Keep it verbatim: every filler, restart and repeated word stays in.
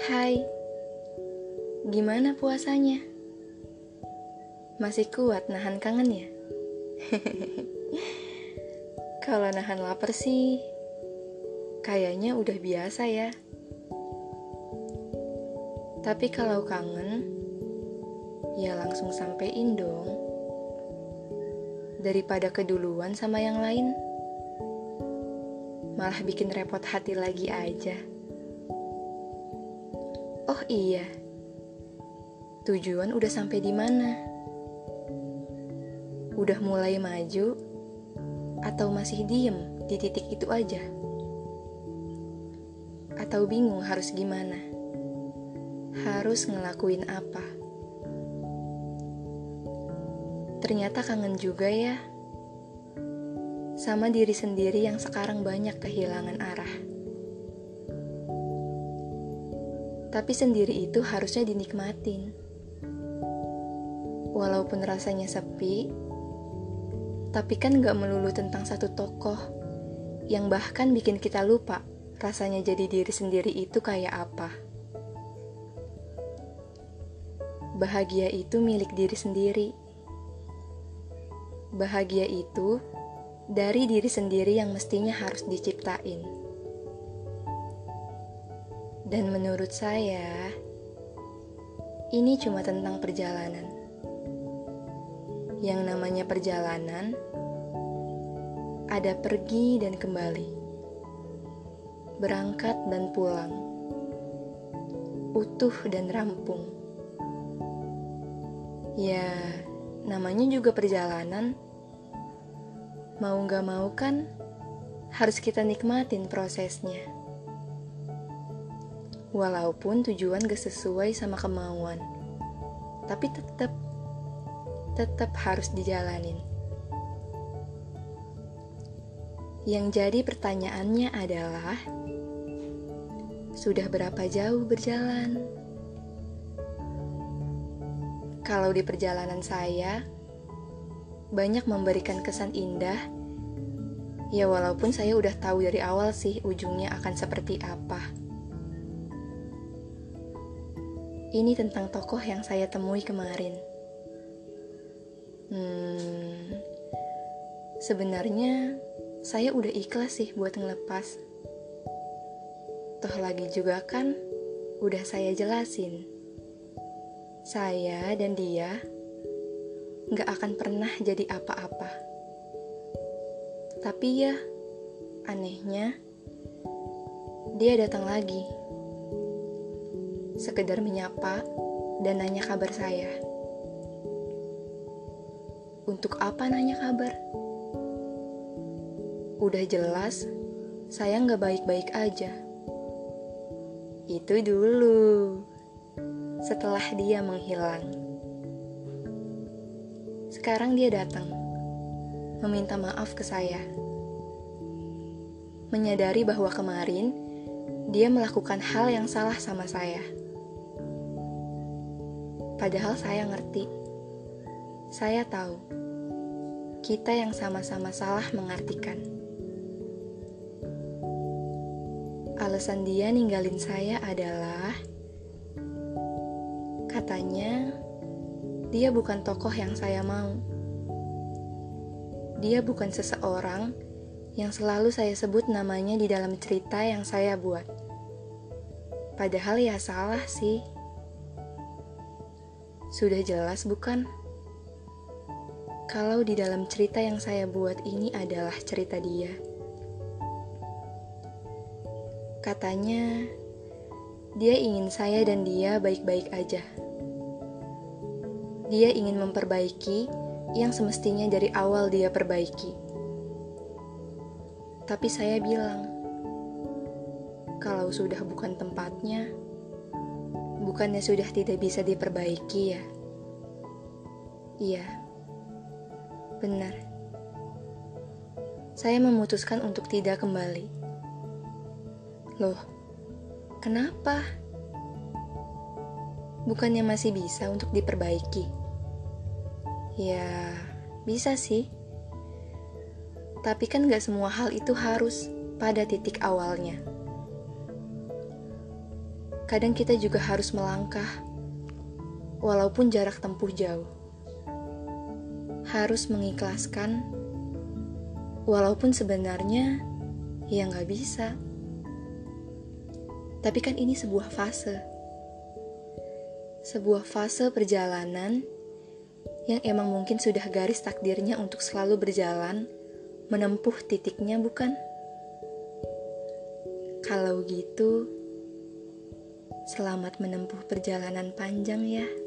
Hai, gimana puasanya? Masih kuat nahan kangen ya? Kalau nahan lapar sih, kayaknya udah biasa ya. Tapi kalau kangen, ya langsung sampein dong. Daripada keduluan sama yang lain, malah bikin repot hati lagi aja. Oh iya, tujuan udah sampai di mana? Udah mulai maju atau masih diem di titik itu aja? Atau bingung harus gimana? Harus ngelakuin apa? Ternyata kangen juga ya sama diri sendiri yang sekarang banyak kehilangan arah. Tapi sendiri itu harusnya dinikmatin. Walaupun rasanya sepi, tapi kan gak melulu tentang satu tokoh yang bahkan bikin kita lupa rasanya jadi diri sendiri itu kayak apa. Bahagia itu milik diri sendiri. Bahagia itu dari diri sendiri yang mestinya harus diciptain. Dan menurut saya, ini cuma tentang perjalanan. Yang namanya perjalanan, ada pergi dan kembali, berangkat dan pulang, utuh dan rampung. Ya, namanya juga perjalanan. Mau gak mau kan, harus kita nikmatin prosesnya. Walaupun tujuan gak sesuai sama kemauan, tapi tetap, tetap harus dijalanin. Yang jadi pertanyaannya adalah, sudah berapa jauh berjalan? Kalau di perjalanan saya, banyak memberikan kesan indah, ya walaupun saya udah tahu dari awal sih ujungnya akan seperti apa. Ini tentang tokoh yang saya temui kemarin. Hmm, sebenarnya saya udah ikhlas sih buat ngelepas. Toh lagi juga kan, udah saya jelasin. Saya dan dia gak akan pernah jadi apa-apa. Tapi ya, anehnya, dia datang lagi. Sekedar menyapa dan nanya kabar saya. Untuk apa nanya kabar? Udah jelas, saya nggak baik-baik aja. Itu dulu, setelah dia menghilang. Sekarang dia datang, meminta maaf ke saya. Menyadari bahwa kemarin, dia melakukan hal yang salah sama saya. Padahal saya ngerti. Saya tahu. Kita yang sama-sama salah mengartikan. Alasan dia ninggalin saya adalah, katanya, dia bukan tokoh yang saya mau. Dia bukan seseorang yang selalu saya sebut namanya di dalam cerita yang saya buat. Padahal ya salah sih. Sudah jelas bukan? Kalau di dalam cerita yang saya buat ini adalah cerita dia. Katanya, dia ingin saya dan dia baik-baik aja. Dia ingin memperbaiki yang semestinya dari awal dia perbaiki. Tapi saya bilang, kalau sudah bukan tempatnya, bukannya sudah tidak bisa diperbaiki ya? Iya, benar. Saya memutuskan untuk tidak kembali. Loh, kenapa? Bukannya masih bisa untuk diperbaiki? Ya, bisa sih. Tapi kan gak semua hal itu harus pada titik awalnya. kadang kita juga harus melangkah, walaupun jarak tempuh jauh. Harus mengikhlaskan, walaupun sebenarnya ya nggak bisa. Tapi kan ini sebuah fase. Sebuah fase perjalanan yang emang mungkin sudah garis takdirnya untuk selalu berjalan, menempuh titiknya, bukan? Kalau gitu, selamat menempuh perjalanan panjang ya.